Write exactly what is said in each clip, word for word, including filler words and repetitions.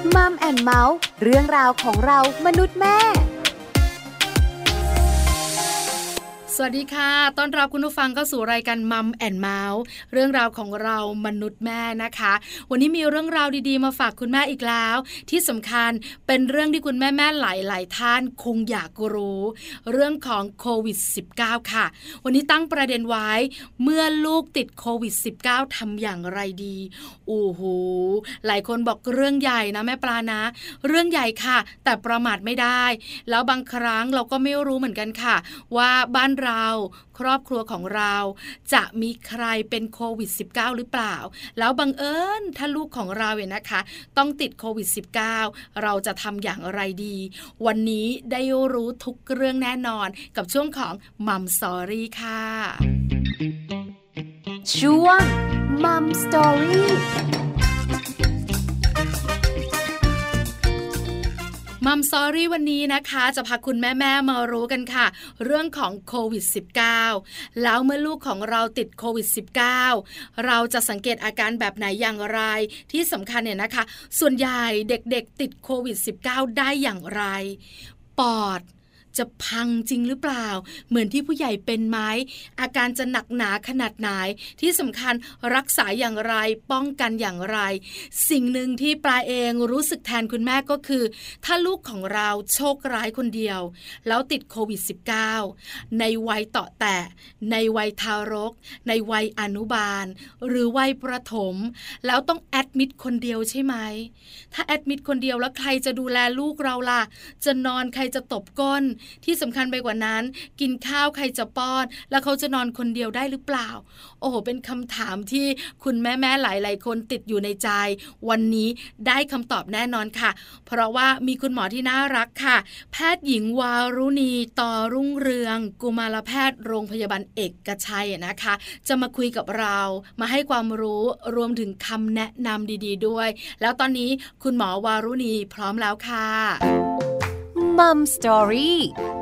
มัมแอนด์เมาส์เรื่องราวของเรามนุษย์แม่สวัสดีค่ะต้อนรับคุณผู้ฟังเข้าสู่รายการมัมแอนด์เมาส์เรื่องราวของเรามนุษย์แม่นะคะวันนี้มีเรื่องราวดีๆมาฝากคุณแม่อีกแล้วที่สำคัญเป็นเรื่องที่คุณแม่ๆหลายๆท่านคงอยากรู้เรื่องของโควิด สิบเก้า ค่ะวันนี้ตั้งประเด็นไว้เมื่อลูกติดโควิด สิบเก้า ทำอย่างไรดีโอ้โหหลายคนบอกเรื่องใหญ่นะแม่ปลานะเรื่องใหญ่ค่ะแต่ประมาทไม่ได้แล้วบางครั้งเราก็ไม่รู้เหมือนกันค่ะว่าบ้านเราครอบครัวของเราจะมีใครเป็นโควิด สิบเก้า หรือเปล่าแล้วบังเอิญถ้าลูกของเราเนี่ยนะคะต้องติดโควิด สิบเก้า เราจะทำอย่างไรดีวันนี้ได้รู้ทุกเรื่องแน่นอนกับช่วงของมัมสตอรี่ค่ะช่วงมัมสตอรี่มัมซอรี่วันนี้นะคะจะพาคุณแม่ๆมารู้กันค่ะเรื่องของโควิด สิบเก้า แล้วเมื่อลูกของเราติดโควิด สิบเก้า เราจะสังเกตอาการแบบไหนอย่างไรที่สำคัญเนี่ยนะคะส่วนใหญ่เด็กๆติดโควิด สิบเก้า ได้อย่างไรปอดจะพังจริงหรือเปล่าเหมือนที่ผู้ใหญ่เป็นไหมอาการจะหนักหนาขนาดไหนที่สำคัญรักษาอย่างไรป้องกันอย่างไรสิ่งหนึ่งที่ปลาเองรู้สึกแทนคุณแม่ก็คือถ้าลูกของเราโชคร้ายคนเดียวแล้วติดโควิด สิบเก้า ในวัยเต่าแตะในวัยทารกในวัยอนุบาลหรือวัยประถมแล้วต้องแอดมิดคนเดียวใช่ไหมถ้าแอดมิดคนเดียวแล้วใครจะดูแลลูกเราล่ะจะนอนใครจะตบก้นที่สำคัญไปกว่านั้นกินข้าวใครจะป้อนแล้วเขาจะนอนคนเดียวได้หรือเปล่าโอ้โหเป็นคำถามที่คุณแม่ๆหลายๆคนติดอยู่ในใจวันนี้ได้คำตอบแน่นอนค่ะเพราะว่ามีคุณหมอที่น่ารักค่ะแพทย์หญิงวารุณีต่อรุ่งเรืองกุมารแพทย์โรงพยาบาลเอกชัยนะคะจะมาคุยกับเรามาให้ความรู้รวมถึงคำแนะนำดีๆด้วยแล้วตอนนี้คุณหมอวารุณีพร้อมแล้วค่ะมัมสตอรี่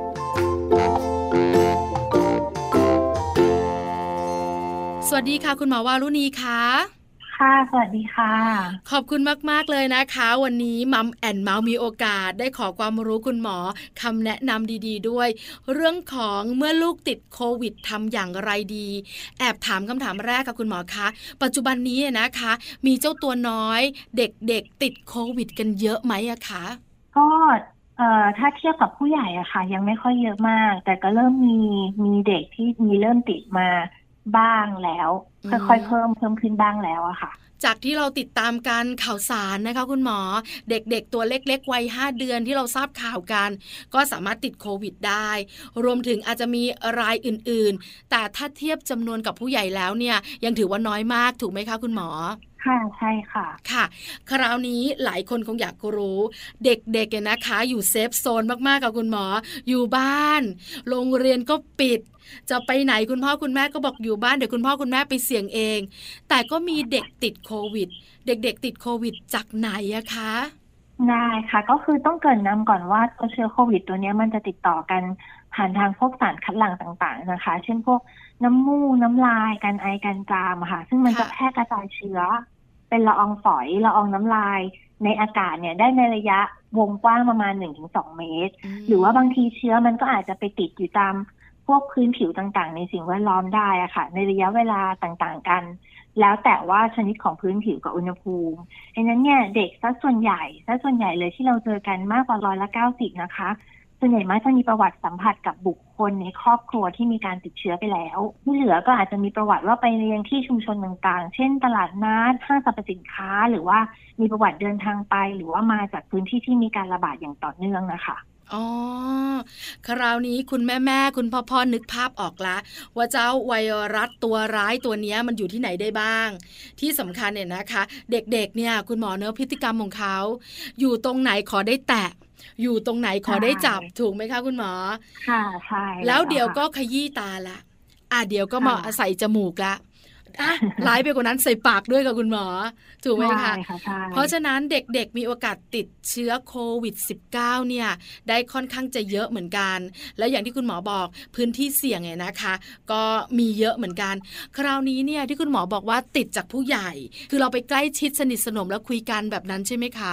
สวัสดีค่ะคุณหมอวารุณีค่ะค่ะสวัสดีค่ะขอบคุณมากๆเลยนะคะวันนี้มัมแอนด์เมาส์มีโอกาสได้ขอความรู้คุณหมอคำแนะนำดีๆด้วยเรื่องของเมื่อลูกติดโควิดทำอย่างไรดีแอบถามคำถามแรกค่ะคุณหมอคะปัจจุบันนี้นะคะมีเจ้าตัวน้อยเด็กๆติดโควิดกันเยอะไหมอะคะก็เอ่อถ้าเทียบกับผู้ใหญ่อะค่ะยังไม่ค่อยเยอะมากแต่ก็เริ่มมีมีเด็กที่มีเริ่มติดมาบ้างแล้วค่อยๆเพิ่มเพิ่มขึ้นบ้างแล้วอะค่ะจากที่เราติดตามการข่าวสารนะคะคุณหมอเด็กๆตัวเล็กๆวัยห้าเดือนที่เราทราบข่าวกันก็สามารถติดโควิดได้รวมถึงอาจจะมีรายอื่นๆแต่ถ้าเทียบจำนวนกับผู้ใหญ่แล้วเนี่ยยังถือว่าน้อยมากถูกไหมคะคุณหมอค่ะใช่ค่ะค่ะคราวนี้หลายคนคงอยากรู้เด็กๆเนี่ยนะคะอยู่เซฟโซนมากๆกับคุณหมออยู่บ้านโรงเรียนก็ปิดจะไปไหนคุณพ่อคุณแม่ก็บอกอยู่บ้านเดี๋ยวคุณพ่อคุณแม่ไปเสี่ยงเองแต่ก็มีเด็กติดโควิดเด็กๆติดโควิดจากไหนอะคะได้ค่ะก็คือต้องเกริ่นนำก่อนว่าตัวเชื้อโควิดตัวนี้มันจะติดต่อกันผ่านทางพวกสารคัดหลั่งต่างๆนะคะเช่นพวกน้ำมูกน้ำลายการไอการจามค่ะซึ่งมันจะแพร่กระจายเชื้อเป็นละอองฝอยละอองน้ำลายในอากาศเนี่ยได้ในระยะวงกว้างประมาณ หนึ่งถึงสอง เมตรหรือว่าบางทีเชื้อมันก็อาจจะไปติดอยู่ตามพวกพื้นผิวต่างๆในสิ่งแวดล้อมได้อะค่ะในระยะเวลาต่างๆกันแล้วแต่ว่าชนิดของพื้นผิวกับอุณหภูมิดังนั้นเนี่ยเด็กซะส่วนใหญ่ซะส่วนใหญ่เลยที่เราเจอกันมากกว่าร้อยละเก้าสิบนะคะส่วนใหญ่มักจะมีประวัติสัมผัสกับบุคคลในครอบครัวที่มีการติดเชื้อไปแล้วที่เหลือก็อาจจะมีประวัติว่าไปเรียนที่ชุมชนต่างๆเช่นตลาดนัดห้างสรรพสินค้าหรือว่ามีประวัติเดินทางไปหรือว่ามาจากพื้นที่ที่มีการระบาดอย่างต่อเนื่องนะคะอ๋อคราวนี้คุณแม่แม่คุณพ่อพ่อนึกภาพออกละว่าเจ้าไวรัสตัวร้ายตัวนี้มันอยู่ที่ไหนได้บ้างที่สำคัญเนี่ยนะคะเด็กๆเนี่ยคุณหมอเนื้อพฤติกรรมของเขาอยู่ตรงไหนขอได้แตะอยู่ตรงไหนขอได้จับถูกไหมคะคุณหมอค่ะใช่แล้วเดี๋ยวก็ขยี้ตาละอ่ะเดี๋ยวก็มาใส่จมูกละอ่ะร้ายไปกว่านั้นใส่ปากด้วยกับคุณหมอถูกไหมคะเพราะฉะนั้นเด็กๆมีโอกาสติดเชื้อโควิด สิบเก้า เนี่ยได้ค่อนข้างจะเยอะเหมือนกันแล้วอย่างที่คุณหมอบอกพื้นที่เสี่ยงเนี่ยนะคะก็มีเยอะเหมือนกันคราวนี้เนี่ยที่คุณหมอบอกว่าติดจากผู้ใหญ่คือเราไปใกล้ชิดสนิทสนมแล้วคุยกันแบบนั้นใช่ไหมคะ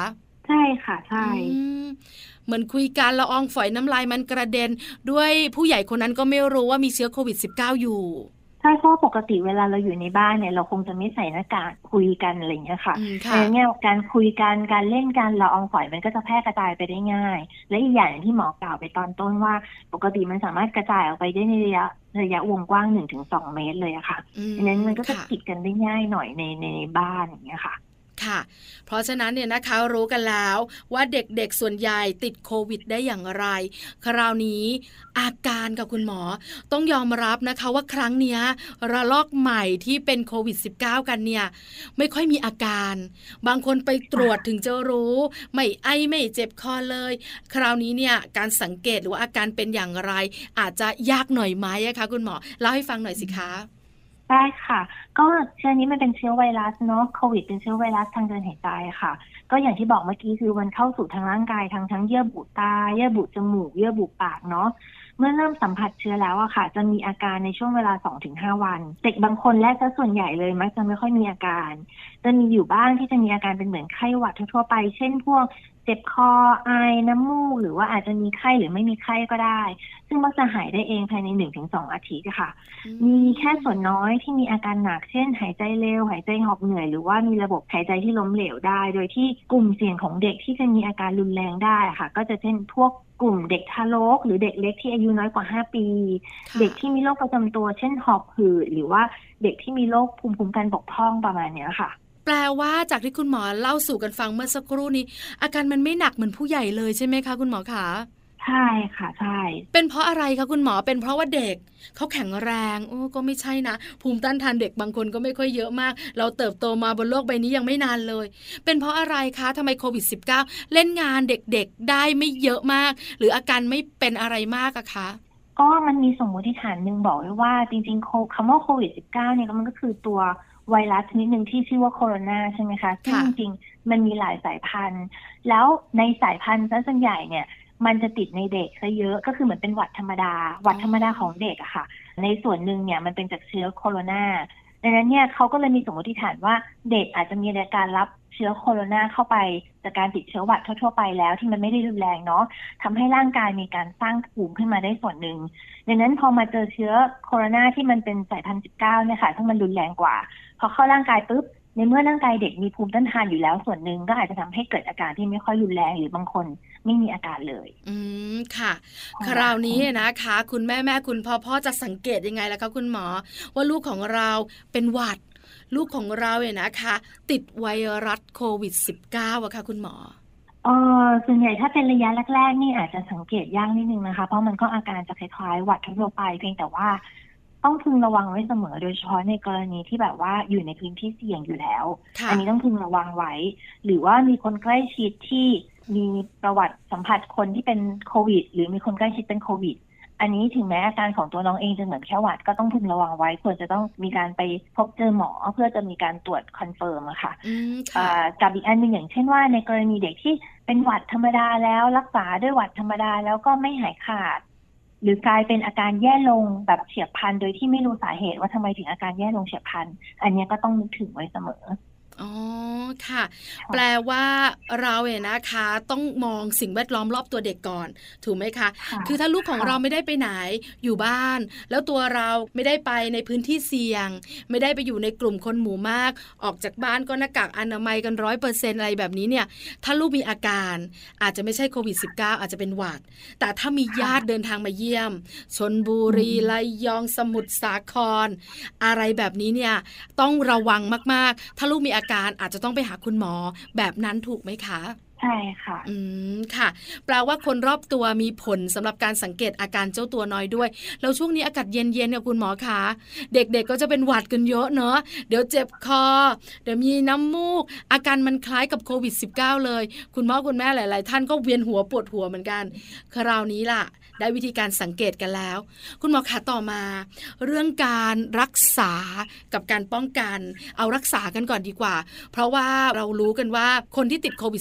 ใช่ค่ะใช่เหมือนคุยกันละอองฝอยน้ำลายมันกระเด็นด้วยผู้ใหญ่คนนั้นก็ไม่รู้ว่ามีเชื้อโควิด สิบเก้า อยู่ใช่เพราะปกติเวลาเราอยู่ในบ้านเนี่ยเราคงจะไม่ใส่หน้ากากคุยกันอะไรอย่างเงี้ยค่ะเพราะฉะนั้นเนี่ยการคุยกันการเล่นกันละอองฝอยมันก็จะแพร่กระจายไปได้ง่ายและอีกอย่างที่หมอกล่าวไปตอนต้นว่าปกติมันสามารถกระจายออกไปได้ในระยะระยะวงกว้าง หนึ่งถึงสอง เมตรเลยอะค่ะดังนั้นมันก็จะติดกันได้ง่ายหน่อยในในบ้านอย่างเงี้ยค่ะค่ะเพราะฉะนั้นเนี่ยนะคะรู้กันแล้วว่าเด็กๆส่วนใหญ่ติดโควิดได้อย่างไรคราวนี้อาการกับคุณหมอต้องยอมรับนะคะว่าครั้งเนี้ยระลอกใหม่ที่เป็นโควิด สิบเก้า กันเนี่ยไม่ค่อยมีอาการบางคนไปตรวจถึงจะรู้ไม่ไอไม่เจ็บคอเลยคราวนี้เนี่ยการสังเกตหรือว่าอาการเป็นอย่างไรอาจจะยากหน่อยไหมอะคะคุณหมอเล่าให้ฟังหน่อยสิคะได้ค่ะก็เชื้อนี้มันเป็นเชื้อไวรัสเนาะโควิดเป็นเชื้อไวรัสทางเดินหายใจค่ะก็อย่างที่บอกเมื่อกี้คือมันเข้าสู่ทางร่างกายทางทั้งเยื่อบุตาเยื่อบุจมูกเยื่อบุปากเนาะเมื่อเริ่มสัมผัสเชื้อแล้วอะค่ะจะมีอาการในช่วงเวลา สองถึงห้า วันเด็กบางคนและซะส่วนใหญ่เลยมักจะไม่ค่อยมีอาการจะมีอยู่บ้างที่จะมีอาการเป็นเหมือนไข้หวัดทั่วไปเช่นพวกเจ็บคอไอน้ำมูกหรือว่าอาจจะมีไข้หรือไม่มีไข้ก็ได้ซึ่งมักจะหายได้เองภายใน หนึ่งถึงสอง อาทิตย์ค่ะมีแค่ส่วนน้อยที่มีอาการหนักเช่นหายใจเร็วหายใจหอบเหนื่อยหรือว่ามีระบบหายใจที่ล้มเหลวได้โดยที่กลุ่มเสี่ยงของเด็กที่จะมีอาการรุนแรงได้ค่ะก็จะเช่นพวกกลุ่มเด็กทารกหรือเด็กเล็กที่อายุน้อยกว่าห้าปีเด็กที่มีโรคประจำตัวเช่นหอบหืดหรือว่าเด็กที่มีโรคภูมิคุ้มกันบกพร่องประมาณนี้ค่ะแปลว่าจากที่คุณหมอเล่าสู่กันฟังเมื่อสักครู่นี้อาการมันไม่หนักเหมือนผู้ใหญ่เลยใช่ไหมคะคุณหมอคะใช่ค่ะใช่เป็นเพราะอะไรคะคุณหมอเป็นเพราะว่าเด็กเขาแข็งแรงโอ้ก็ไม่ใช่นะภูมิต้านทานเด็กบางคนก็ไม่ค่อยเยอะมากเราเติบโตมาบนโลกใบนี้ยังไม่นานเลยเป็นเพราะอะไรคะทำไมโควิด สิบเก้า เล่นงานเด็กๆได้ไม่เยอะมากหรืออาการไม่เป็นอะไรมากอะคะก็มันมีสมมติฐานหนึ่งบอกไว้ว่าจริงๆคำว่าโควิด สิบเก้า เนี่ยมันก็คือตัวไวรัสชนิดหนึ่งที่ชื่อว่าโคโรนาใช่ไหมคะซึ่งจริงๆมันมีหลายสายพันธุ์แล้วในสายพันธุ์ส่วนใหญ่เนี่ยมันจะติดในเด็กซะเยอะก็คือเหมือนเป็นหวัดธรรมดาหวัดธรรมดาของเด็กอะค่ะในส่วนหนึ่งเนี่ยมันเป็นจากเชื้อโคโรนาดังนั้นเนี่ยเขาก็เลยมีสมมติฐานว่าเด็กอาจจะมีอาการรับเชื้อโคโรนาเข้าไปจากการติดเชื้อหวัดทั่วๆไปแล้วที่มันไม่ได้รุนแรงเนาะทำให้ร่างกายมีการสร้างภูมิขึ้นมาได้ส่วนหนึ่งดังนั้นพอมาเจอเชื้อโคโรนาที่มันเป็นสายพันธุ์สิบเก้าเนี่ยค่ะซึ่งมันรุนแรงกว่าพอเข้าร่างกายปุ๊บในเมื่อร่างกายเด็กมีภูมิต้านทานอยู่แล้วส่วนหนึ่งก็อาจจะทำให้เกิดอาการที่ไม่ค่อยรุนแรงหรือบางคนไม่มีอาการเลยอืมค่ะคราวนี้นะคะคุณแม่แม่คุณพ่อพ่อจะสังเกตยังไงล่ะคะคุณหมอว่าลูกของเราเป็นหวัดลูกของเราเนี่ยนะคะติดไวรัสโควิด สิบเก้า อะค่ะคุณหมอเออส่วนใหญ่ถ้าเป็นระยะแรกๆนี่อาจจะสังเกตยากนิดนึงนะคะเพราะมันก็อาการจะคล้ายๆหวัดทั่วไปเพียงแต่ว่าต้องพึงระวังไว้เสมอโดยเฉพาะในกรณีที่แบบว่าอยู่ในพื้นที่เสี่ยงอยู่แล้วอันนี้ต้องพึงระวังไว้หรือว่ามีคนใกล้ชิดที่มีประวัติสัมผัสคนที่เป็นโควิดหรือมีคนใกล้ชิดเป็นโควิดอันนี้ถึงแม้อาการของตัวน้องเองจะเหมือนแค่หวัดก็ต้องพึงระวังไว้ควรจะต้องมีการไปพบเจอหมอเพื่อจะมีการตรวจคอนเฟิร์มอะค่ะกับอีกอันหนึ่งอย่างเช่นว่าในกรณีเด็กที่เป็นหวัดธรรมดาแล้วรักษาด้วยหวัดธรรมดาแล้วก็ไม่หายขาดหรือกลายเป็นอาการแย่ลงแบบเฉียบพลันโดยที่ไม่รู้สาเหตุว่าทำไมถึงอาการแย่ลงเฉียบพลันอันนี้ก็ต้องนึกถึงไว้เสมออ๋อค่ะแปลว่าเราเนี่ยนะคะต้องมองสิ่งแวดล้อมรอบตัวเด็กก่อนถูกไหมคะคือถ้าลูกของเราไม่ได้ไปไหนอยู่บ้านแล้วตัวเราไม่ได้ไปในพื้นที่เสี่ยงไม่ได้ไปอยู่ในกลุ่มคนหมู่มากออกจากบ้านก็หน้ากากอนามัยกันร้อยเปอร์เซ็นต์อะไรแบบนี้เนี่ยถ้าลูกมีอาการอาจจะไม่ใช่โควิด สิบเก้า อาจจะเป็นหวัดแต่ถ้ามีญาติเดินทางมาเยี่ยมชลบุรีระยองสมุทรสาครอะไรแบบนี้เนี่ยต้องระวังมากๆถ้าลูกมีอาการอาจจะต้องไปหาคุณหมอแบบนั้นถูกไหมคะใช่ค่ะอืมค่ะแปลว่าคนรอบตัวมีผลสำหรับการสังเกตอาการเจ้าตัวน้อยด้วยแล้วช่วงนี้อากาศเย็นๆเนี่ยคุณหมอคะเด็กๆ ก็จะเป็นหวัดกันเยอะเนอะเดี๋ยวเจ็บคอเดี๋ยวมีน้ำมูกอาการมันคล้ายกับโควิด สิบเก้า เลยคุณพ่อคุณแม่หลายๆท่านก็เวียนหัวปวดหัวเหมือนกันคราวนี้ล่ะได้วิธีการสังเกตกันแล้วคุณหมอคะต่อมาเรื่องการรักษากับการป้องกันเอารักษากันก่อนดีกว่าเพราะว่าเรารู้กันว่าคนที่ติดโควิด สิบเก้า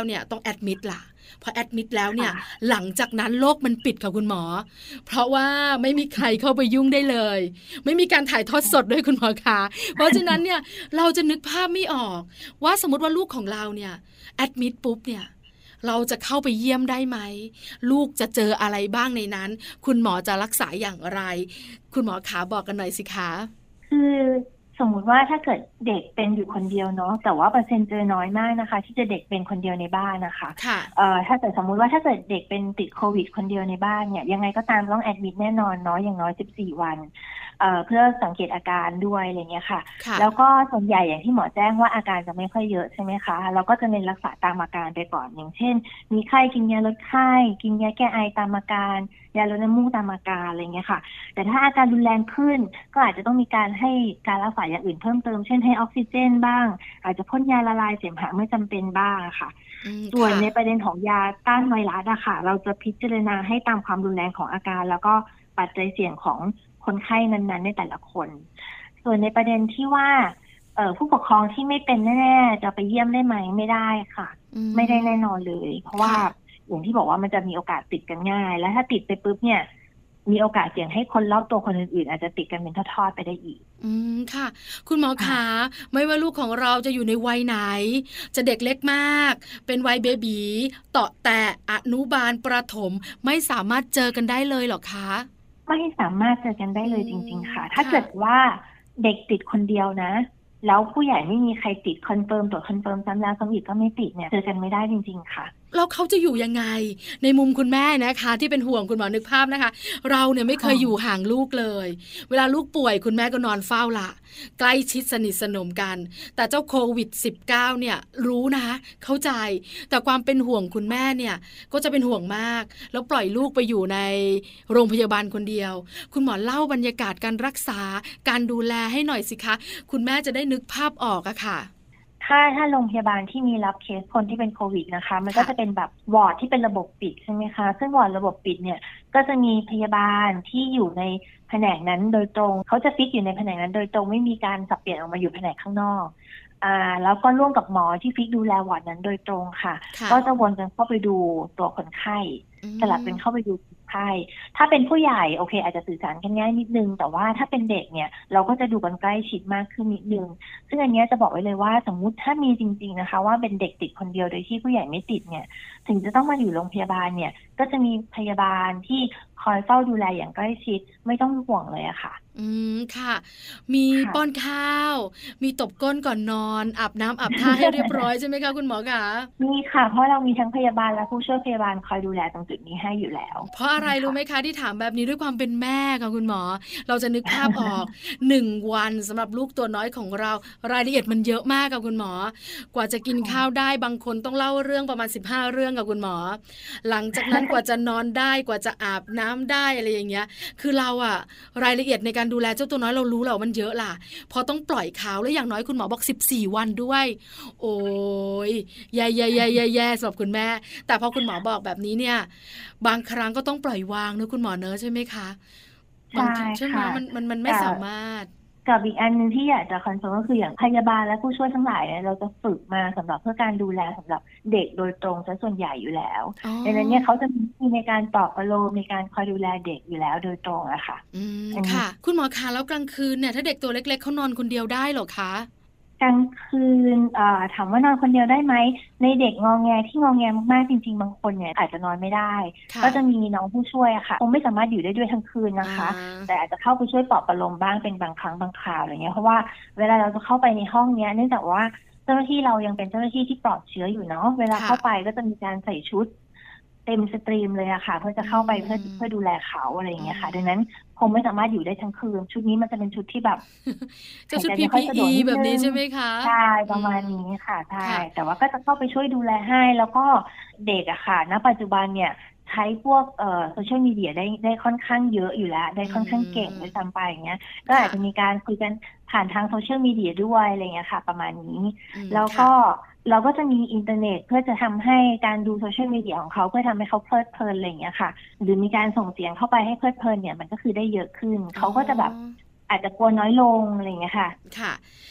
เนี่ยต้องแอดมิดล่ะพอแอดมิดแล้วเนี่ยหลังจากนั้นโลกมันปิดค่ะคุณหมอเพราะว่าไม่มีใครเข้าไปยุ่งได้เลยไม่มีการถ่ายทอดสดด้วยคุณหมอคะเพราะฉะนั้นเนี่ยเราจะนึกภาพไม่ออกว่าสมมติว่าลูกของเราเนี่ยแอดมิดปุ๊บเนี่ยเราจะเข้าไปเยี่ยมได้ไหมลูกจะเจออะไรบ้างในนั้นคุณหมอจะรักษาอย่างไรคุณหมอขาบอกกันหน่อยสิคะคือสมมุติว่าถ้าเกิดเด็กเป็นอยู่คนเดียวเนาะแต่ว่าเปอร์เซ็นต์เจอน้อยมากนะคะที่จะเด็กเป็นคนเดียวในบ้านนะคะค่ะเอ่อถ้าเกิดสมมุติว่าถ้าเกิดเด็กเป็นติดโควิดคนเดียวในบ้านเนี่ยยังไงก็ตามต้องแอดมิดแน่นอนเนาะอย่างน้อยสิบสี่วันเอ่อเพื่อสังเกตอาการด้วยอะไรเงี้ยค่ะแล้วก็ส่วนใหญ่อย่างที่หมอแจ้งว่าอาการจะไม่ค่อยเยอะใช่ไหมคะเราก็จะเน้นรักษาตามอาการไปก่อนอย่างเช่นมีไข้กินยาลดไข้กินยาแก้ไอตามอาการยาลดน้ำมูกตามอาการอะไรเงี้ยค่ะแต่ถ้าอาการรุนแรงขึ้นก็อาจจะต้องมีการให้การรักษาอย่างอื่นเพิ่มเติมเช่นให้ออกซิเจนบ้างอาจจะพ่นยาละลายเสมหะเมื่อจำเป็นบ้างค่ะส่วนในประเด็นของยาต้านไวรัสอะค่ะเราจะพิจารณาให้ตามความรุนแรงของอาการแล้วก็ปัจจัยเสี่ยงของคนไข้นั้นๆในแต่ละคนส่วนในประเด็นที่ว่าเอ่อผู้ปกครองที่ไม่เป็นแน่ๆจะไปเยี่ยมได้ไหมไม่ได้ค่ะไม่ได้แน่นอนเลยเพราะว่าอย่างที่บอกว่ามันจะมีโอกาสติดกันง่ายและถ้าติดไปปุ๊บเนี่ยมีโอกาสเสี่ยงให้คนรอบตัวคนอื่นๆอาจจะติดกันเป็นทอดๆไปได้อีกอืมค่ะคุณหมอคะไม่ว่าลูกของเราจะอยู่ในวัยไหนจะเด็กเล็กมากเป็นวัยเบบีต่อแต่อนุบาลประถมไม่สามารถเจอกันได้เลยหรอคะไม่สามารถเจอกันได้เลยจริงๆค่ะถ้าเกิดว่าเด็กติดคนเดียวนะแล้วผู้ใหญ่ไม่มีใครติดคอนเฟิร์มตรวจคอนเฟิร์มซ้ำแล้วซ้ำอีกก็ไม่ติดเนี่ยเจอกันไม่ได้จริงๆค่ะแล้วเขาจะอยู่ยังไงในมุมคุณแม่นะคะที่เป็นห่วงคุณหมอนึกภาพนะคะเราเนี่ยไม่เคยอยู่ห่างลูกเลยเวลาลูกป่วยคุณแม่ก็นอนเฝ้าละใกล้ชิดสนิทสนมกันแต่เจ้าโควิด สิบเก้า เนี่ยรู้นะเข้าใจแต่ความเป็นห่วงคุณแม่เนี่ยก็จะเป็นห่วงมากแล้วปล่อยลูกไปอยู่ในโรงพยาบาลคนเดียวคุณหมอเล่าบรรยากาศการรักษาการดูแลให้หน่อยสิคะคุณแม่จะได้นึกภาพออกอะค่ะถ้าถ้าโรงพยาบาลที่มีรับเคสคนที่เป็นโควิดนะคะมันก็จะเป็นแบบวอร์ดที่เป็นระบบปิดใช่ไหมคะซึ่งวอร์ดระบบปิดเนี่ยก็จะมีพยาบาลที่อยู่ในแผนกนั้นโดยตรงเขาจะฟิกอยู่ในแผนกนั้นโดยตรงไม่มีการสับเปลี่ยนออกมาอยู่แผนกข้างนอกอ่าแล้วก็ร่วมกับหมอที่ฟิกดูแลวอร์ดนั้นโดยตรงค่ะก็จะวนกันเข้าไปดูตัวคนไข้สลับเป็นเข้าไปดูไข้ถ้าเป็นผู้ใหญ่โอเคอาจจะสื่อสารกันง่ายนิดนึงแต่ว่าถ้าเป็นเด็กเนี่ยเราก็จะดูกันใกล้ชิดมากขึ้นนิดนึงซึ่งอันนี้จะบอกไว้เลยว่าสมมุติถ้ามีจริงๆนะคะว่าเป็นเด็กติดคนเดียวโดยที่ผู้ใหญ่ไม่ติดเนี่ยถึงจะต้องมาอยู่โรงพยาบาลเนี่ยก็จะมีพยาบาลที่คอยเฝ้าดูแลอย่างใกล้ชิดไม่ต้องห่วงเลยอะค่ะอืมค่ะมีป้อนข้าวมีตบก้นก่อนนอนอาบน้ำอาบท่าให้เรียบร้อยใช่ไหมคะคุณหมอคะมีค่ะเพราะเรามีทั้งพยาบาลและผู้ช่วยพยาบาลคอยดูแลตรงจุดนี้ให้อยู่แล้วเพราะอะไรรู้ไหมคะที่ถามแบบนี้ด้วยความเป็นแม่ค่ะคุณหมอเราจะนึกภาพออกหนึ่งวันสำหรับลูกตัวน้อยของเรารายละเอียดมันเยอะมากค่ะคุณหมอกว่าจะกินข้าวได้บางคนต้องเล่าเรื่องประมาณสิบห้าเรื่องกับคุณหมอหลังจากนั้นกว่าจะนอนได้กว่าจะอาบน้ำได้อะไรอย่างเงี้ยคือเราอะรายละเอียดในการดูแลเจ้าตัวน้อยเรารู้แล้วมันเยอะล่ะพอต้องปล่อยเขาแล้วอย่างน้อยคุณหมอบอกสิบสี่วันด้วยโอ้ยแย่ๆๆๆๆสำหรับคุณแม่แต่พอคุณหมอบอกแบบนี้เนี่ยบางครั้งก็ต้องปล่อยวางนะคุณหมอเนอะใช่ไหมคะใช่ใช่ไหมมันมันมันไม่สามารถกับอีกอันนึงที่อยากจะคอนเฟิร์มก็คืออย่างพยาบาลและผู้ช่วยทั้งหลายเนี่ยเราจะฝึกมาสำหรับเพื่อการดูแลสำหรับเด็กโดยตรงซะส่วนใหญ่อยู่แล้วดังนั้นเนี่ยเขาจะมีในการปลอบประโลมในการคอยดูแลเด็กอยู่แล้วโดยตรงอะค่ะอืมค่ะคุณหมอคะแล้วกลางคืนเนี่ยถ้าเด็กตัวเล็กๆเขานอนคนเดียวได้หรอคะกลางคืนถามว่านอนคนเดียวได้ไหมในเด็กงอแงที่งอแงมากๆจริงๆบางคนเนี่ยอาจจะนอนไม่ได้ก็จะมีน้องผู้ช่วยอะค่ะคงไม่สามารถอยู่ได้ด้วยทั้งคืนนะคะแต่อาจจะเข้าไปช่วยปลอบประโลมบ้างเป็นบางครั้งบางคราวอะไรเงี้ยเพราะว่าเวลาเราจะเข้าไปในห้องเนี้ยเนื่องจากว่าเจ้าหน้าที่เรายังเป็นเจ้าหน้าที่ที่ปลอดเชื้ออยู่เนาะเวลาเข้าไปก็จะมีการใส่ชุดเต็มสตรีมเลยอะค่ะเพื่อจะเข้าไปเพื่อเพื่อดูแลเขาอะไรอย่างเงี้ยค่ะดังนั้นคงไม่สามารถอยู่ได้ทั้งคืนชุดนี้มันจะเป็นชุดที่แบบจะชุด พี พี อี แบบนี้ใช่ไหมคะใช่ประมาณนี้ค่ะใช่แต่ว่าก็จะเข้าไปช่วยดูแลให้แล้วก็เด็กอะค่ะณปัจจุบันเนี่ยใช้พวกเอ่อโซเชียลมีเดียได้ได้ค่อนข้างเยอะอยู่แล้วได้ค่อนข้างเก่งด้วยซ้ำไปอย่างเงี้ยก็อาจจะมีการคุยกันผ่านทางโซเชียลมีเดียด้วยอะไรเงี้ยค่ะประมาณนี้แล้วก็เราก็จะมีอินเทอร์เน็ตเพื่อจะทำให้การดูโซเชียลมีเดียของเขาเพื่อทำให้เขาเพลิดเพลินอะไรอย่างเงี้ยค่ะหรือมีการส่งเสียงเข้าไปให้เพลิดเพลินเนี่ยมันก็คือได้เยอะขึ้นเขาก็จะแบบอาจจะกลัวน้อยลงอะไรอย่างเงี้ยค่ะค่ะ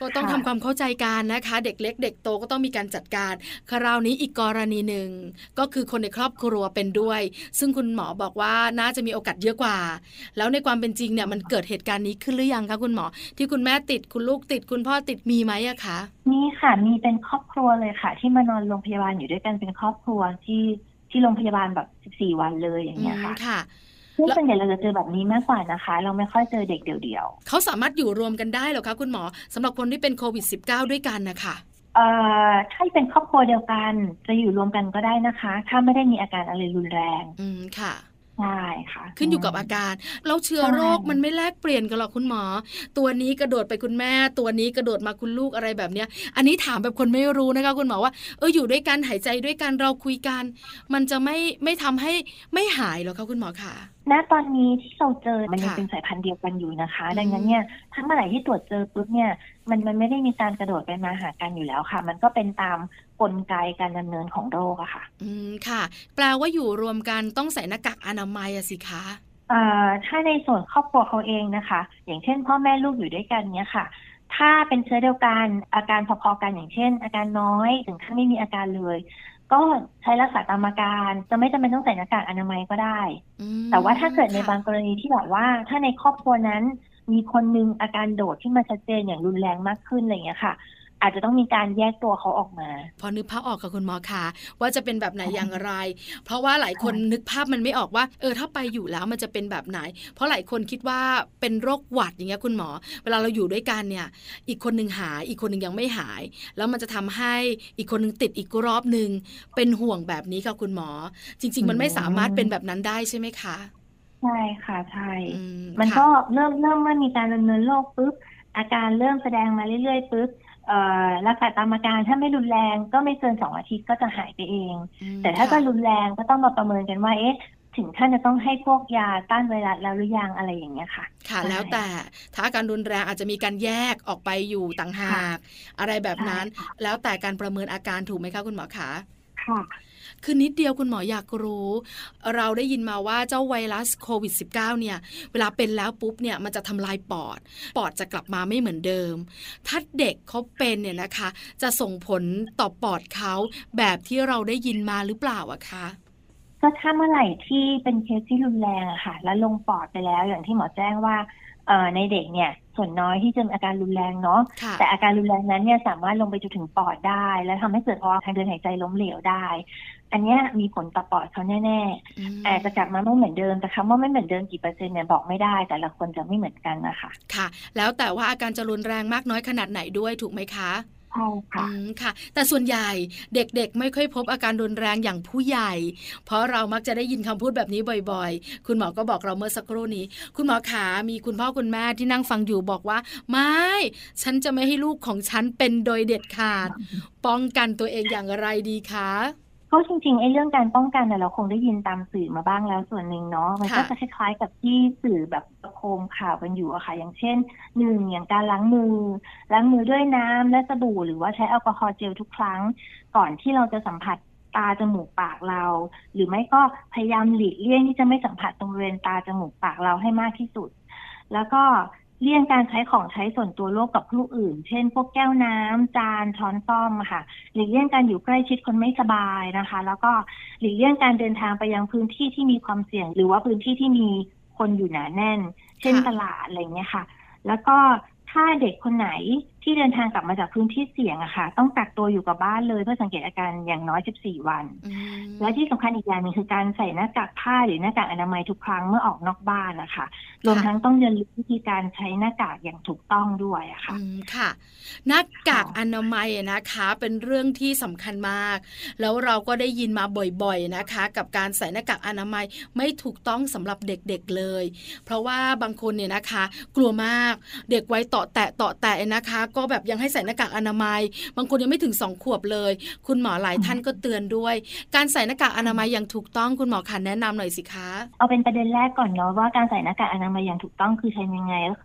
ก็ต้องทำความเข้าใจกันนะคะเด็กเล็กเด็กโตก็ต้องมีการจัดการคราวนี้อีกกรณีหนึ่งก็คือคนในครอบครัวเป็นด้วยซึ่งคุณหมอบอกว่าน่าจะมีโอกาสเยอะกว่าแล้วในความเป็นจริงเนี่ยมันเกิดเหตุการณ์นี้ขึ้นหรือยังคะคุณหมอที่คุณแม่ติดคุณลูกติดคุณพ่อติดมีไหมอะคะมีค่ะมีเป็นครอบครัวเลยค่ะที่มานอนโรงพยาบาลอยู่ด้วยกันเป็นครอบครัวที่ที่โรงพยาบาลแบบสิบสี่วันเลยอย่างเงี้ยค่ะซึ่งส่วนใหญ่เราจะเจอแบบนี้มากกว่านะคะเราไม่ค่อยเจอเด็กเดี่ยวๆเขาสามารถอยู่รวมกันได้หรอคะคุณหมอสำหรับคนที่เป็นโควิด สิบเก้า ด้วยกันนะคะเอ่อถ้าเป็นครอบครัวเดียวกันจะอยู่รวมกันก็ได้นะคะถ้าไม่ได้มีอาการอะไรรุนแรงอืมค่ะใช่ค่ะขึ้นอยู่กับอาการแล้วเชื้อโรคมันไม่แลกเปลี่ยนกันหรอกคุณหมอตัวนี้กระโดดไปคุณแม่ตัวนี้กระโดดมาคุณลูกอะไรแบบเนี้ยอันนี้ถามแบบคนไม่รู้นะคะคุณหมอว่าเอออยู่ด้วยกันหายใจด้วยกันเราคุยกันมันจะไม่ไม่ทำให้ไม่หายหรอคะคุณหมอคะณตอนนี้ที่เราเจอมันยังเป็นสายพันธุ์เดียวกันอยู่นะคะดังนั้นเนี่ยถ้าเมื่อไหร่ที่ตรวจเจอปุ๊บเนี่ยมันมันไม่ได้มีการกระโดดไปมาหากันอยู่แล้วค่ะมันก็เป็นตามกลไกการดำเนินของโรคอะค่ะอืมค่ะแปลว่าอยู่รวมกันต้องใส่หน้ากากอนามัยอะสิคะเอ่อถ้าในส่วนครอบครัวเขาเองนะคะอย่างเช่นพ่อแม่ลูกอยู่ด้วยกันเนี่ยค่ะถ้าเป็นเชื้อเดียวกันอาการพอๆกันอย่างเช่นอาการน้อยถึงขั้นไม่มีอาการเลยก็ใช้รักษาตามอาการจะไม่จำเป็นต้องใส่หน้ากากอนามัยก็ได้แต่ว่าถ้าเกิดในบางกรณีที่แบบว่าถ้าในครอบครัวนั้นมีคนนึงอาการโดดที่มาชัดเจนอย่างรุนแรงมากขึ้นอะไรอย่างเงี้ยค่ะอาจจะต้องมีการแยกตัวเขาออกมาพอนึกภาพออกค่ะคุณหมอคะว่าจะเป็นแบบไหนอย่างไรเพราะว่าหลายคนนึกภาพมันไม่ออกว่าเออถ้าไปอยู่แล้วมันจะเป็นแบบไหนเพราะหลายคนคิดว่าเป็นโรคหวัดอย่างเงี้ยคุณหมอเวลาเราอยู่ด้วยกันเนี่ยอีกคนนึงหายอีกคนนึงยังไม่หายแล้วมันจะทำให้อีกคนนึงติดอีกรอบนึงเป็นห่วงแบบนี้ค่ะคุณหมอจริงๆมันไม่สามารถเป็นแบบนั้นได้ใช่ไหมคะใช่ค่ะใช่มันก็เริ่มเริ่มเมื่อมีการดำเนินโรคปุ๊บอาการเริ่มแสดงมาเรื่อยๆปุ๊บรักษาตามอาการถ้าไม่รุนแรงก็ไม่เกินสองอาทิตย์ก็จะหายไปเองแต่ถ้าก็รุนแรงก็ต้องมาประเมินกันว่าเอ๊ะถึงขั้นจะต้องให้พวกยาต้านไวรัสแล้วหรือยังอะไรอย่างเงี้ยค่ะค่ะแล้วแต่ถ้าอาการรุนแรงอาจจะมีการแยกออกไปอยู่ต่างหากอะไรแบบนั้นแล้วแต่การประเมินอาการถูกไหมคะคุณหมอคะค่ะคือนิดเดียวคุณหมออยากรู้เราได้ยินมาว่าเจ้าไวรัสโควิด สิบเก้า เนี่ยเวลาเป็นแล้วปุ๊บเนี่ยมันจะทำลายปอดปอดจะกลับมาไม่เหมือนเดิมถ้าเด็กเขาเป็นเนี่ยนะคะจะส่งผลต่อปอดเขาแบบที่เราได้ยินมาหรือเปล่าอะคะก็ถ้าเมื่อไหร่ที่เป็นเคสที่รุนแรงอะค่ะแล้วลงปอดไปแล้วอย่างที่หมอแจ้งว่าในเด็กเนี่ยส่วนน้อยที่จะมีอาการรุนแรงเนาะแต่อาการรุนแรงนั้นเนี่ยสามารถลงไปจนถึงปอดได้และทำให้เกิดภาวะทางเดินหายใจล้มเหลวได้อันนี้มีผลต่อปอดเขาแน่ๆแต่จะกลับมาไม่เหมือนเดิมแต่คำว่าไม่เหมือนเดิมกี่เปอร์เซ็นต์เนี่ยบอกไม่ได้แต่ละคนจะไม่เหมือนกันนะคะค่ะแล้วแต่ว่าอาการจะรุนแรงมากน้อยขนาดไหนด้วยถูกไหมคะใช่ค่ะค่ะแต่ส่วนใหญ่เด็กๆไม่ค่อยพบอาการรุนแรงอย่างผู้ใหญ่เพราะเรามักจะได้ยินคำพูดแบบนี้บ่อยๆคุณหมอก็บอกเราเมื่อสักครู่นี้คุณหมอขามีคุณพ่อคุณแม่ที่นั่งฟังอยู่บอกว่าไม่ฉันจะไม่ให้ลูกของฉันเป็นโดยเด็ดขาดป้องกันตัวเองอย่างไรดีคะก็จริงๆไอ้เรื่องการป้องกันเนี่ยเราคงได้ยินตามสื่อมาบ้างแล้วส่วนหนึ่งเนาะมันก็จะคล้ายๆกับที่สื่อแบบประโคมข่าวกันอยู่อะค่ะอย่างเช่นหนึ่งอย่างการล้างมือล้างมือด้วยน้ำและสบู่หรือว่าใช้แอลกอฮอล์เจลทุกครั้งก่อนที่เราจะสัมผัสตาจมูกปากเราหรือไม่ก็พยายามหลีกเลี่ยงที่จะไม่สัมผัสตรงบริเวณตาจมูกปากเราให้มากที่สุดแล้วก็เลี่ยงการใช้ของใช้ส่วนตัวร่วมกับผู้อื่นเช่นพวกแก้วน้ำจานช้อนส้อมค่ะหลีกเลี่ยงการอยู่ใกล้ชิดคนไม่สบายนะคะแล้วก็หลีกเลี่ยงการเดินทางไปยังพื้นที่ที่มีความเสี่ยงหรือว่าพื้นที่ที่มีคนอยู่หนาแน่นเช่นตลาดอะไรเงี้ยค่ะแล้วก็ถ้าเด็กคนไหนที่เดินทางกลับมาจากพื้นที่เสี่ยงอะค่ะต้องกักตัวอยู่กับบ้านเลยเพื่อสังเกตอาการอย่างน้อยสิบสี่วันและที่สำคัญอีกอย่างนึงคือการใส่หน้ากากผ้าหรือหน้ากากอนามัยทุกครั้งเมื่อออกนอกบ้านนะคะรวมทั้งต้องเรียนรู้วิธีการใช้หน้ากากอย่างถูกต้องด้วยอะค่ะค่ะหน้ากากอนามัยนะคะเป็นเรื่องที่สำคัญมากแล้วเราก็ได้ยินมาบ่อยๆนะคะกับการใส่หน้ากากอนามัยไม่ถูกต้องสำหรับเด็กๆเลยเพราะว่าบางคนเนี่ยนะคะกลัวมากเด็กไว้ต่อแตะต่อแตะนะคะก็แบบยังให้ใส่หน้ากากอนามัยบางคนยังไม่ถึงสองขวบเลยคุณหมอหลายท่านก็เตือนด้วยการใส่หน้ากากอนามัยอย่างถูกต้องคุณหมอคะแนะนำหน่อยสิคะเอาเป็นประเด็นแรกก่อนเนาะว่าการใส่หน้ากากอนามัยอย่างถูกต้องคือใช้ยังไงก็คือ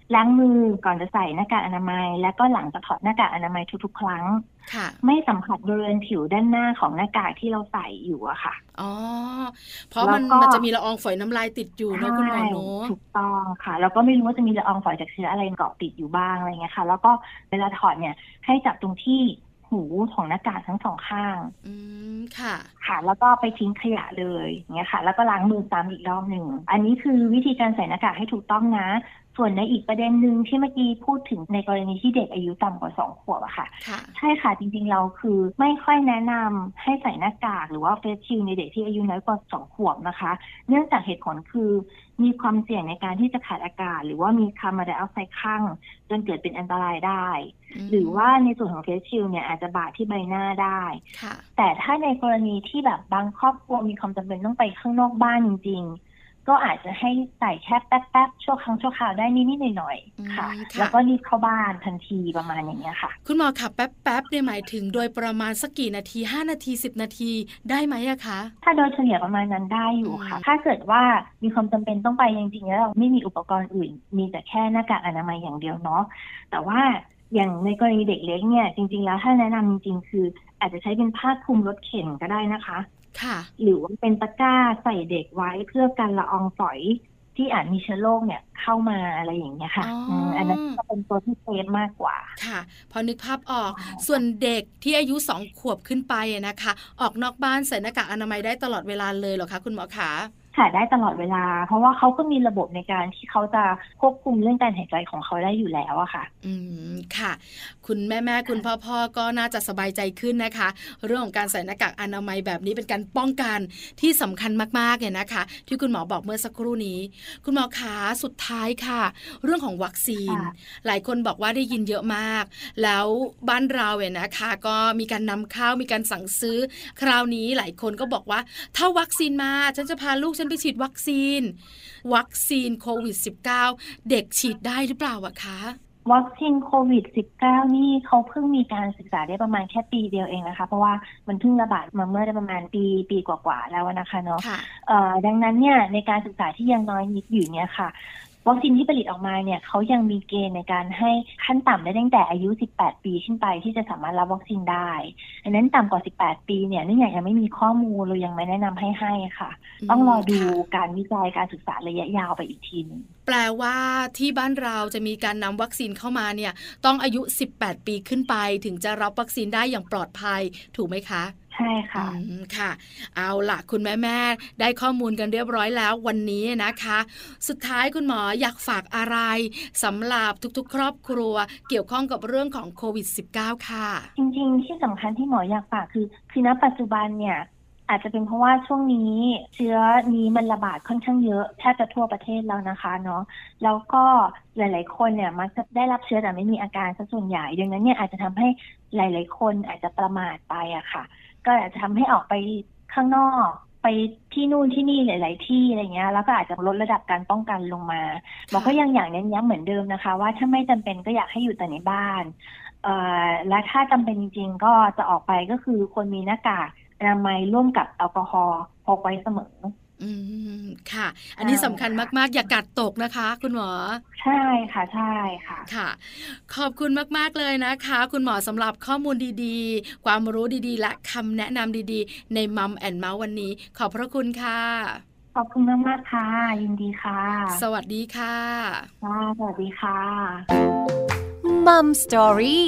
ล้างมือก่อนจะใส่หน้ากากอนามัยและก็หลังจากถอดหน้ากากอนามัยทุกๆครั้งไม่สัมผัสบริเวณผิวด้านหน้าของหน้ากากที่เราใส่อยู่อะค่ะอ๋อเพราะมันมันจะมีละอองฝอยน้ำลายติดอยู่เนาะคุณหมอเนาะถูกต้องค่ะแล้วก็ไม่รู้ว่าจะมีละอองฝอยจากเชื้ออะไรเกาะติดอยู่บ้างอะไรเงี้ยค่ะแล้วก็เวลาถอดเนี่ยให้จับตรงที่หูของหน้ากากทั้งสองข้างอืมค่ะค่ะแล้วก็ไปทิ้งขยะเลยอย่างเงี้ยค่ะแล้วก็ล้างมือซ้ำอีกรอบหนึ่งอันนี้คือวิธีการใส่หน้ากากให้ถูกต้องนะส่วนในอีกประเด็นหนึ่งที่เมื่อกี้พูดถึงในกรณีที่เด็กอายุต่ำกว่าสองขวบอะค่ะใช่ค่ะจริงๆเราคือไม่ค่อยแนะนำให้ใส่หน้ากากหรือว่าเฟสชิลด์ในเด็กที่อายุน้อยกว่าสองขวบนะคะเนื่องจากเหตุผลคือมีความเสี่ยงในการที่จะขาดอากาศหรือว่ามีคาร์บอนไดออกไซด์ข้างจนเกิดเป็นอันตรายได้หรือว่าในส่วนของเฟสชิลด์เนี่ยอาจจะบาดที่ใบหน้าได้แต่ถ้าในกรณีที่แบบบางครอบครัวมีความจำเป็นต้องไปข้างนอกบ้านจริงๆก็อาจจะให้ใส่แค่แป๊บๆชั่วครั้งชั่วคราวได้นิดๆหน่อยๆค่ะแล้วก็รีบเข้าบ้านทันทีประมาณอย่างเงี้ยค่ะคุณหมอค่ะแป๊บๆเนี่ยหมายถึงโดยประมาณสักกี่นาทีห้านาทีสิบนาทีได้ไหมอะคะถ้าโดยเฉลี่ยประมาณนั้นได้อยู่ค่ะถ้าเกิดว่ามีความจำเป็นต้องไปจริงๆแล้วเราไม่มีอุปกรณ์อื่นมีแต่แค่หน้ากากอนามัยอย่างเดียวเนาะแต่ว่าอย่างในกรณีเด็กเล็กเนี่ยจริงๆแล้วถ้าแนะนำจริงๆคืออาจจะใช้เป็นผ้าคลุมรถเข็นก็ได้นะคะหรือว่าเป็นตะกร้าใส่เด็กไว้เพื่อกันละอองฝอยที่อาจมีเชื้อโรคเนี่ยเข้ามาอะไรอย่างเงี้ยค่ะอันนั้นก็เป็นตัวที่เซฟมากกว่าค่ะพอนึกภาพออกส่วนเด็กที่อายุสองขวบขึ้นไปนะคะออกนอกบ้านใส่หน้ากากอนามัยได้ตลอดเวลาเลยเหรอคะคุณหมอคะค่ะได้ตลอดเวลาเพราะว่าเขาก็มีระบบในการที่เขาจะควบคุมเรื่องการหายใจของเขาได้อยู่แล้วอะค่ะอืมค่ะคุณแม่แม่คุณพ่อพ่อก็น่าจะสบายใจขึ้นนะคะเรื่องของการใส่หน้ากากอนามัยแบบนี้เป็นการป้องกันที่สำคัญมากๆเนี่ยนะคะที่คุณหมอบอกเมื่อสักครู่นี้คุณหมอขาสุดท้ายค่ะเรื่องของวัคซีนหลายคนบอกว่าได้ยินเยอะมากแล้วบ้านเราเนี่ยนะคะก็มีการนำเข้ามีการสั่งซื้อคราวนี้หลายคนก็บอกว่าถ้าวัคซีนมาฉันจะพาลูกไปฉีดวัคซีนวัคซีนโควิด สิบเก้า เด็กฉีดได้หรือเปล่าอะคะวัคซีนโควิด สิบเก้า นี่เขาเพิ่งมีการศึกษาได้ประมาณแค่ปีเดียวเองนะคะเพราะว่ามันเพิ่งระบาดมาเมื่อได้ประมาณปีปีกว่าๆแล้วนะคะเนาะดังนั้นเนี่ยในการศึกษาที่ยังน้อยนิดอยู่เนี่ยค่ะวัคซีนที่ผลิตออกมาเนี่ยเขายังมีเกณฑ์ในการให้ขั้นต่ำได้ตั้งแต่อายุสิบแปดปีขึ้นไปที่จะสามารถรับวัคซีนได้ดังนั้นต่ำกว่าสิบแปดปีเนี่ยเนื่องจากยังไม่มีข้อมูลเรายังไม่แนะนำให้ให้ค่ะต้องรอดูการวิจัยการศึกษาระยะยาวไปอีกทีนึงแปลว่าที่บ้านเราจะมีการนำวัคซีนเข้ามาเนี่ยต้องอายุสิบแปดปีขึ้นไปถึงจะรับวัคซีนได้อย่างปลอดภัยถูกไหมคะใช่ค่ะค่ะเอาล่ะคุณแม่แม่ได้ข้อมูลกันเรียบร้อยแล้ววันนี้นะคะสุดท้ายคุณหมออยากฝากอะไรสำหรับทุกๆครอบครัวเกี่ยวข้องกับเรื่องของโควิด สิบเก้า ค่ะจริงๆที่สำคัญที่หมออยากฝากคือคือณปัจจุบันเนี่ยอาจจะเป็นเพราะว่าช่วงนี้เชื้อนี้มันระบาดค่อนข้างเยอะแทบจะทั่วประเทศแล้วนะคะเนาะแล้วก็หลายๆคนเนี่ยมักจะได้รับเชื้อแต่ไม่มีอาการซะส่วนใหญ่ดังนั้นเนี่ยอาจจะทำให้หลายๆคนอาจจะประมาทไปอะค่ะก็อาจจะทำให้ออกไปข้างนอกไปที่นู่นที่นี่หลายๆที่อะไรเงี้ยแล้วก็อาจจะลดระดับการป้องกันลงมาหมอก็ยังอย่างเน้นย้ำเหมือนเดิมนะคะว่าถ้าไม่จำเป็นก็อยากให้อยู่แต่ในบ้านเอ่อและถ้าจำเป็นจริงๆก็จะออกไปก็คือควรมีหน้ากากอนามัยร่วมกับแอลกอฮอล์พกไว้เสมออืมค่ะอันนี้สำคัญมากๆอย่ากาดตกนะคะคุณหมอใช่ค่ะใช่ค่ะค่ะขอบคุณมากๆเลยนะคะคุณหมอสำหรับข้อมูลดีๆความรู้ดีๆและคำแนะนำดีๆในมัมแอนด์เมาส์วันนี้ขอบพระคุณค่ะขอบคุณมากๆค่ะยินดีค่ะสวัสดีค่ะค่ะสวัสดีค่ะมัมสตอรี่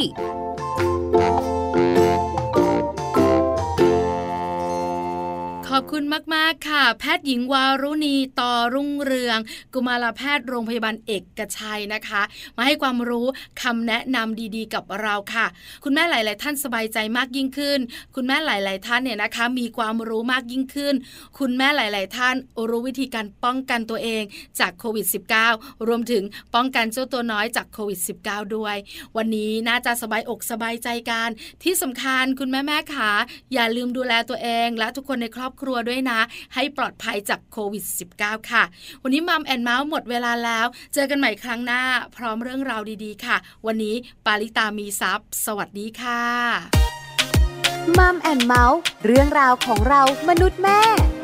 ขอบคุณมากๆค่ะแพทย์หญิงวารุณีต่อรุ่งเรืองกุมารแพทย์โรงพยาบาลเอกชัยนะคะมาให้ความรู้คำแนะนำดีๆกับเราค่ะคุณแม่หลายๆท่านสบายใจมากยิ่งขึ้นคุณแม่หลายๆท่านเนี่ยนะคะมีความรู้มากยิ่งขึ้นคุณแม่หลายๆท่านรู้วิธีการป้องกันตัวเองจากโควิด สิบเก้า รวมถึงป้องกันเจ้าตัวน้อยจากโควิด สิบเก้า ด้วยวันนี้น่าจะสบายอกสบายใจกันที่สำคัญคุณแม่ๆค่ะอย่าลืมดูแลตัวเองและทุกคนในครอบครัวด้วยนะให้ปลอดภัยจากโควิด สิบเก้า ค่ะวันนี้มัมแอนด์เมาส์หมดเวลาแล้วเจอกันใหม่ครั้งหน้าพร้อมเรื่องราวดีๆค่ะวันนี้ปาริตามีทรัพย์สวัสดีค่ะมัมแอนด์เมาส์เรื่องราวของเรามนุษย์แม่